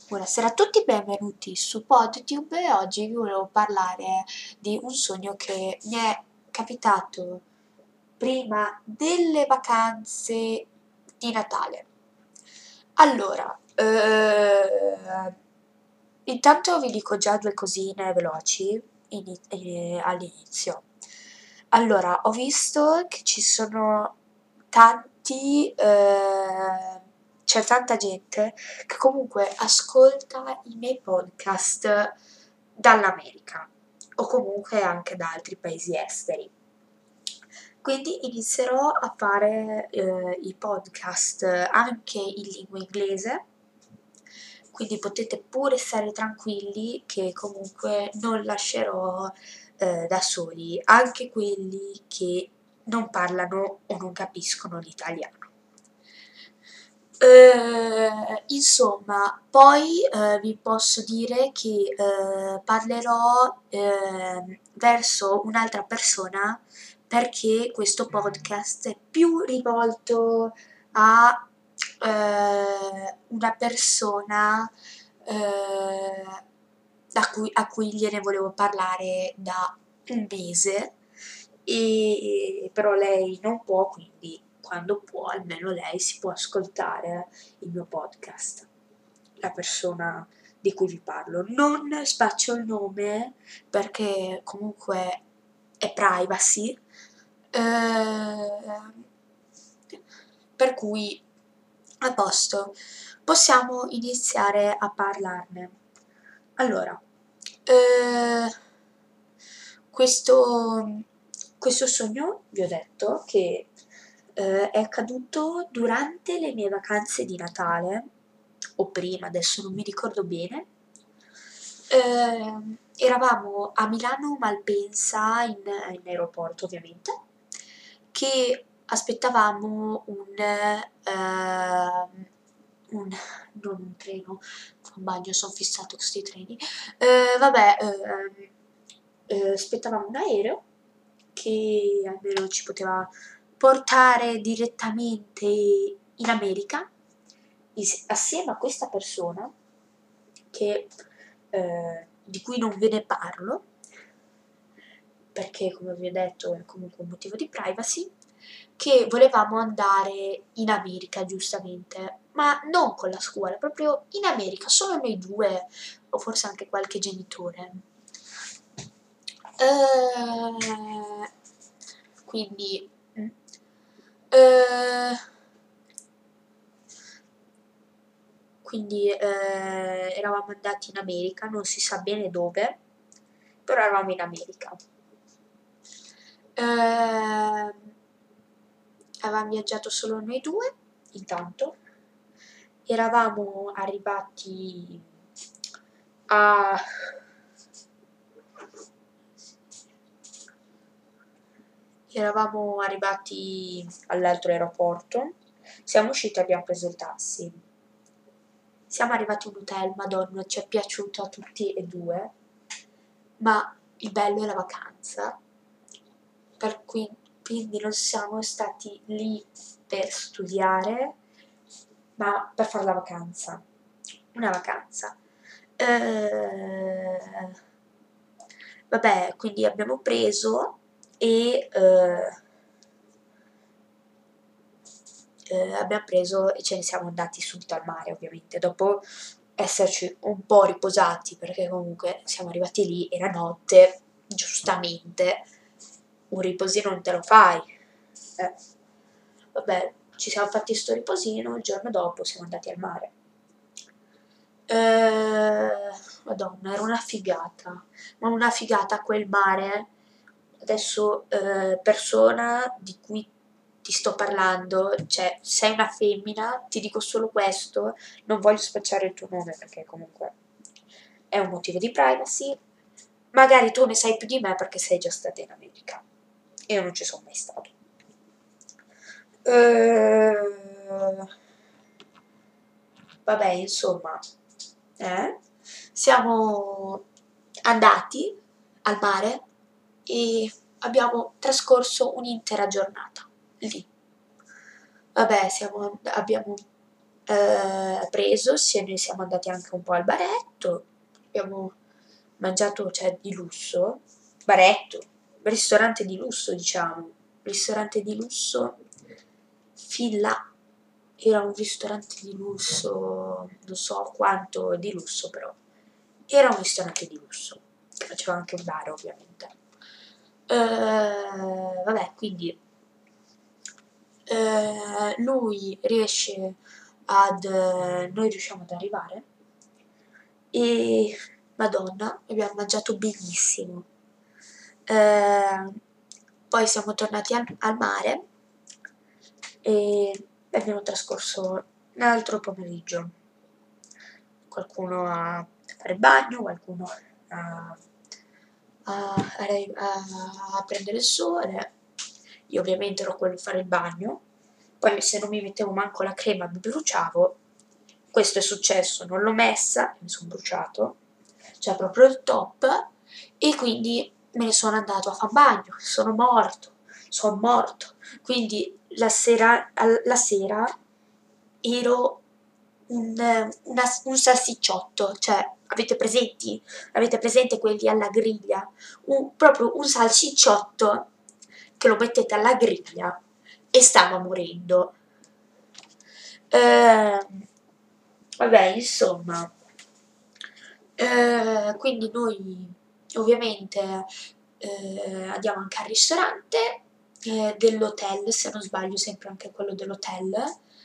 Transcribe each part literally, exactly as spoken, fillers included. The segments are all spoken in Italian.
Buonasera a tutti, benvenuti su PodTube e oggi vi volevo parlare di un sogno che mi è capitato prima delle vacanze di Natale. Allora, eh, intanto vi dico già due cosine veloci ini- eh, all'inizio. Allora, ho visto che ci sono tanti, eh, c'è tanta gente che comunque ascolta i miei podcast dall'America o comunque anche da altri paesi esteri. Quindi inizierò a fare eh, i podcast anche in lingua inglese, quindi potete pure stare tranquilli che comunque non lascerò eh, da soli anche quelli che non parlano o non capiscono l'italiano. Eh, insomma, poi eh, vi posso dire che eh, parlerò eh, verso un'altra persona perché questo podcast è più rivolto a eh, una persona eh, a cui, a cui gliene volevo parlare da un mese, e però lei non può, quindi quando può, almeno lei si può ascoltare il mio podcast, la persona di cui vi parlo. Non spaccio il nome perché comunque è privacy, eh, per cui a posto, possiamo iniziare a parlarne. Allora, eh, questo, questo sogno, vi ho detto, che eh, è accaduto durante le mie vacanze di Natale, o prima, adesso non mi ricordo bene. Eh, eravamo a Milano Malpensa in, in aeroporto ovviamente, che aspettavamo un, eh, un non un treno, fa un bagno, sono fissato con questi treni. Eh, vabbè, eh, eh, aspettavamo un aereo che almeno ci poteva portare direttamente in America, is- assieme a questa persona che, eh, di cui non ve ne parlo, perché come vi ho detto è comunque un motivo di privacy, che volevamo andare in America giustamente, ma non con la scuola, proprio in America, solo noi due, o forse anche qualche genitore. Eh, quindi mm, eh, quindi eh, eravamo andati in America, non si sa bene dove, però eravamo in America. Eh, avevamo viaggiato solo noi due, intanto. Eravamo arrivati a... Eravamo arrivati all'altro aeroporto, siamo usciti e abbiamo preso il taxi. Siamo arrivati in un hotel, madonna, ci è piaciuto a tutti e due, ma il bello è la vacanza, per cui quindi non siamo stati lì per studiare, ma per fare la vacanza. Una vacanza. Eh, vabbè, quindi abbiamo preso e eh, eh, abbiamo preso e ce ne siamo andati subito al mare, ovviamente, dopo esserci un po' riposati, perché comunque siamo arrivati lì, era notte, giustamente, un riposino non te lo fai. Eh, vabbè, ci siamo fatti sto riposino, il giorno dopo siamo andati al mare. Eh, Madonna, era una figata, ma una figata quel mare. Adesso, eh, persona di cui ti sto parlando, cioè sei una femmina, ti dico solo questo, non voglio spacciare il tuo nome perché comunque è un motivo di privacy. Magari tu ne sai più di me perché sei già stata in America. Io non ci sono mai stato. Eh, vabbè, insomma, eh, siamo andati al mare e abbiamo trascorso un'intera giornata lì. Vabbè, siamo, abbiamo eh, preso, se noi siamo andati anche un po' al baretto, abbiamo mangiato, cioè, di lusso, baretto, ristorante di lusso, diciamo, ristorante di lusso, fin là, era un ristorante di lusso, non so quanto di lusso però, era un ristorante di lusso, che faceva anche un bar ovviamente. Eh, vabbè, quindi eh, lui riesce ad... eh, noi riusciamo ad arrivare e Madonna, abbiamo mangiato benissimo. Eh, poi siamo tornati al, al mare e abbiamo trascorso un altro pomeriggio. Qualcuno a fare il bagno, qualcuno a, a, a, a prendere il sole. Io ovviamente ero quello a fare il bagno, poi se non mi mettevo manco la crema mi bruciavo. Questo è successo, non l'ho messa, mi sono bruciato, cioè proprio il top, e quindi me ne sono andato a fare bagno, sono morto, sono morto. Quindi la sera, la sera ero un, una, un salsicciotto, cioè avete presenti? Avete presente quelli alla griglia? Un, proprio un salsicciotto che lo mettete alla griglia e stava morendo. Eh, vabbè, insomma, eh, quindi noi ovviamente eh, andiamo anche al ristorante eh, dell'hotel, se non sbaglio sempre anche quello dell'hotel,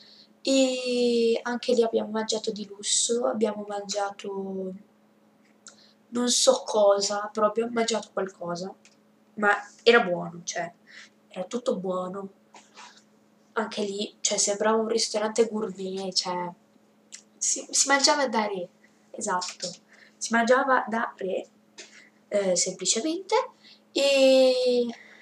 e anche lì abbiamo mangiato di lusso, abbiamo mangiato non so cosa, però abbiamo mangiato qualcosa, ma era buono, cioè, era tutto buono. Anche lì, cioè, sembrava un ristorante gourmet, cioè, si, si mangiava da re, esatto, si mangiava da re, eh, semplicemente, e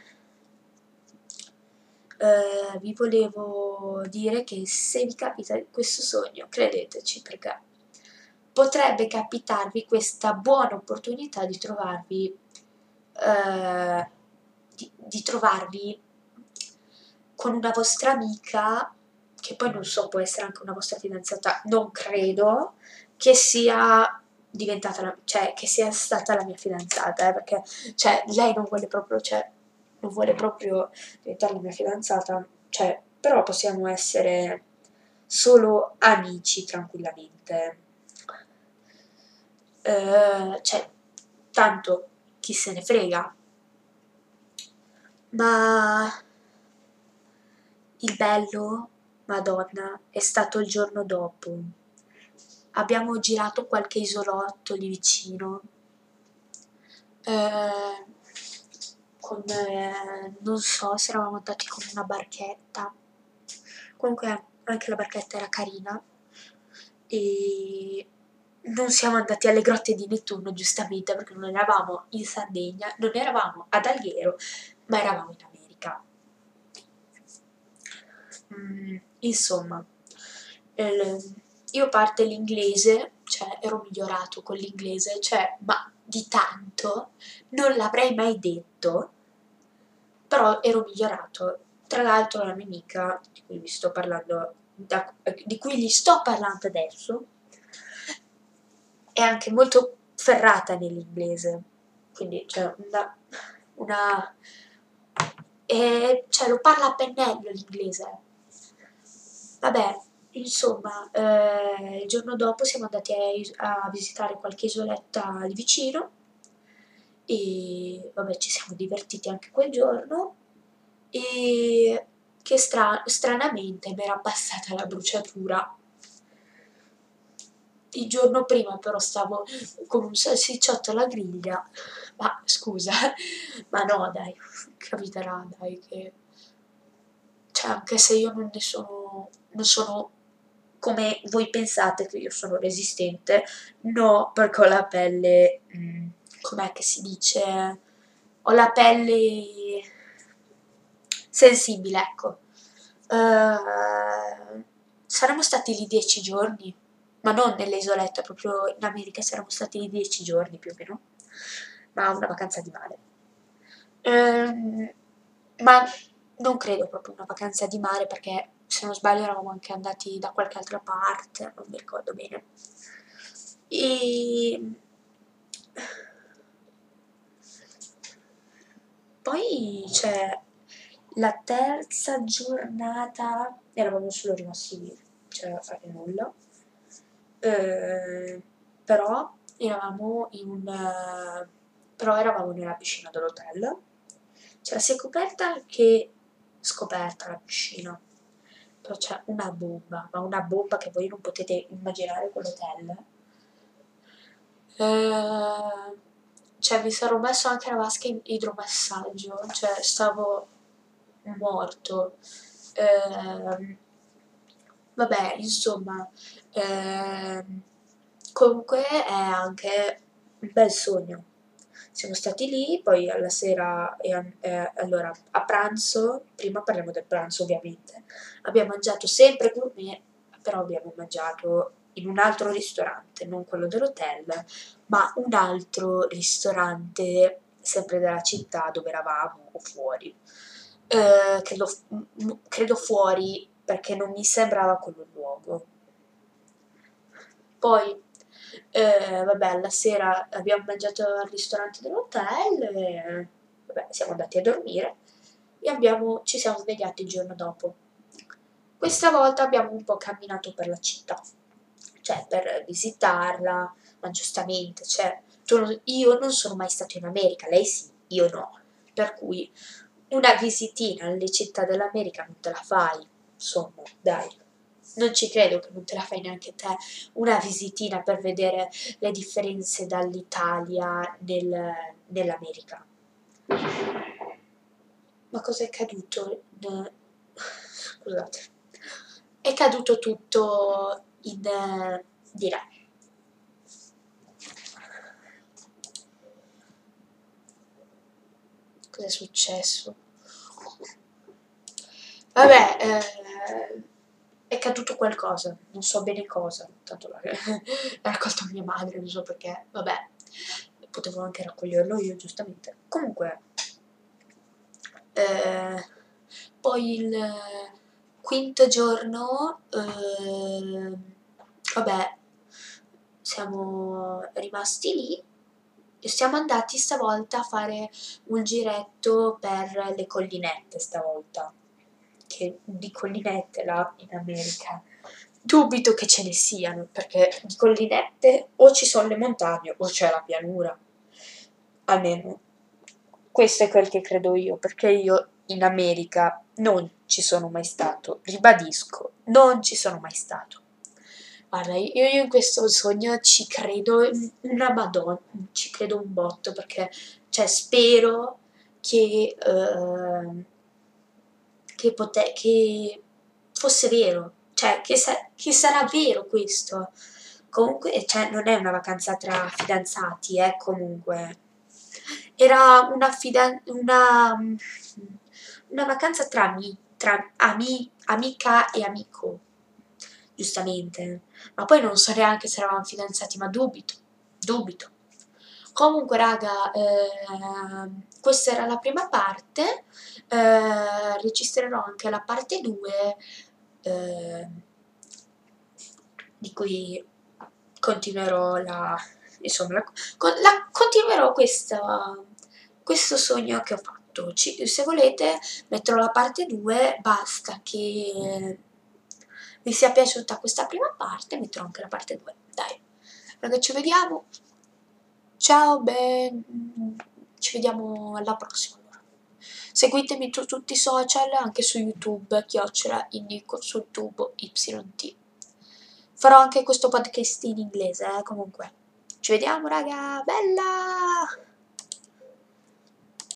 eh, vi volevo dire che se vi capita questo sogno, credeteci, perché potrebbe capitarvi questa buona opportunità di trovarvi, eh, di, di trovarvi con una vostra amica, che poi non so, può essere anche una vostra fidanzata, non credo, che sia diventata la, cioè che sia stata la mia fidanzata, eh, perché cioè, lei non vuole proprio, cioè, non vuole proprio diventare la mia fidanzata, cioè, però possiamo essere solo amici tranquillamente. Eh, cioè, tanto chi se ne frega. Ma il bello, Madonna, è stato il giorno dopo. Abbiamo girato qualche isolotto lì vicino, eh, con, eh, non so se eravamo andati con una barchetta, comunque anche la barchetta era carina, e non siamo andati alle grotte di Nettuno, giustamente, perché non eravamo in Sardegna, non eravamo ad Alghero, ma eravamo in America. Mm, insomma, il- io parte l'inglese, cioè ero migliorato con l'inglese, cioè, ma di tanto, non l'avrei mai detto, però ero migliorato. Tra l'altro la mia amica, di cui vi sto parlando, da- di cui gli sto parlando adesso, è anche molto ferrata nell'inglese, quindi c'è una, una e, cioè lo parla a pennello l'inglese. Vabbè, insomma, eh, il giorno dopo siamo andati a, a visitare qualche isoletta lì vicino e vabbè ci siamo divertiti anche quel giorno e che stra- stranamente mi era passata la bruciatura. Il giorno prima però stavo con un salsicciotto alla griglia, ma scusa, ma no dai, capiterà dai che... Cioè anche se io non ne sono, non sono come voi pensate che io sono resistente, no, perché ho la pelle, mm, com'è che si dice? Ho la pelle sensibile, ecco. Eh, saremmo stati lì dieci giorni, ma non nelle isolette, proprio in America saremmo stati lì dieci giorni più o meno, ma una vacanza di mare. Ehm, ma non credo proprio una vacanza di mare perché se non sbaglio eravamo anche andati da qualche altra parte, non mi ricordo bene. E poi c'è la terza giornata, eravamo solo rimasti lì, c'era da fare nulla. Eh, però eravamo in un però eravamo nella piscina dell'hotel. C'era sia coperta che scoperta la piscina. Però c'è una bomba, ma una bomba che voi non potete immaginare quell'hotel. Eh, cioè mi sarò messo anche la vasca in idromassaggio, cioè stavo morto. Eh, vabbè, insomma, ehm, comunque è anche un bel sogno. Siamo stati lì, poi alla sera, e, a- e allora a pranzo, prima parliamo del pranzo ovviamente, abbiamo mangiato sempre gourmet, però abbiamo mangiato in un altro ristorante, non quello dell'hotel, ma un altro ristorante sempre della città dove eravamo o fuori. Eh, credo, m- credo fuori perché non mi sembrava quello il luogo. Poi, eh, vabbè, la sera abbiamo mangiato al ristorante dell'hotel e vabbè, siamo andati a dormire e abbiamo- ci siamo svegliati il giorno dopo. Questa volta abbiamo un po' camminato per la città, cioè per visitarla, ma giustamente, cioè, tu non- io non sono mai stato in America, lei sì, io no. Per cui una visitina alle città dell'America non te la fai, insomma, dai. Non ci credo che non te la fai neanche te, una visitina per vedere le differenze dall'Italia nel- nell'America. Ma cosa è caduto? in- Scusate. È caduto tutto in, eh, di là. Cos'è successo? Vabbè, eh, è caduto qualcosa, non so bene cosa, tanto l'ha l'ha raccolto mia madre, non so perché, vabbè, potevo anche raccoglierlo io, giustamente. Comunque, eh, poi il quinto giorno, eh, vabbè, siamo rimasti lì e siamo andati stavolta a fare un giretto per le collinette stavolta, che di collinette là in America dubito che ce ne siano, perché di collinette o ci sono le montagne o c'è la pianura. Almeno questo è quel che credo io, perché io in America non ci sono mai stato, ribadisco, non ci sono mai stato. Guarda, io io in questo sogno ci credo una madonna, ci credo un botto perché, cioè, spero che, ehm, che, pote- che fosse vero, cioè, che, sa- che sarà vero questo. Comunque, cioè, non è una vacanza tra fidanzati, eh, comunque. Era una, fidan- una, una vacanza tra, ami- tra ami- amica e amico, giustamente. Ma poi non so neanche se eravamo fidanzati, ma dubito, dubito. Comunque, raga, ehm, questa era la prima parte, eh, registrerò anche la parte due, ehm, di cui continuerò la, insomma, la, con- la- continuerò questa, questo sogno che ho fatto. Ci- se volete metterò la parte due, basta che vi sia piaciuta questa prima parte, metterò anche la parte due. Dai, raga, ci vediamo. Ciao, ben, ci vediamo alla prossima allora. Seguitemi su tutti i social, anche su YouTube, chiocciola Indico sul tubo Y T. Farò anche questo podcast in inglese, eh, comunque. Ci vediamo, raga, bella!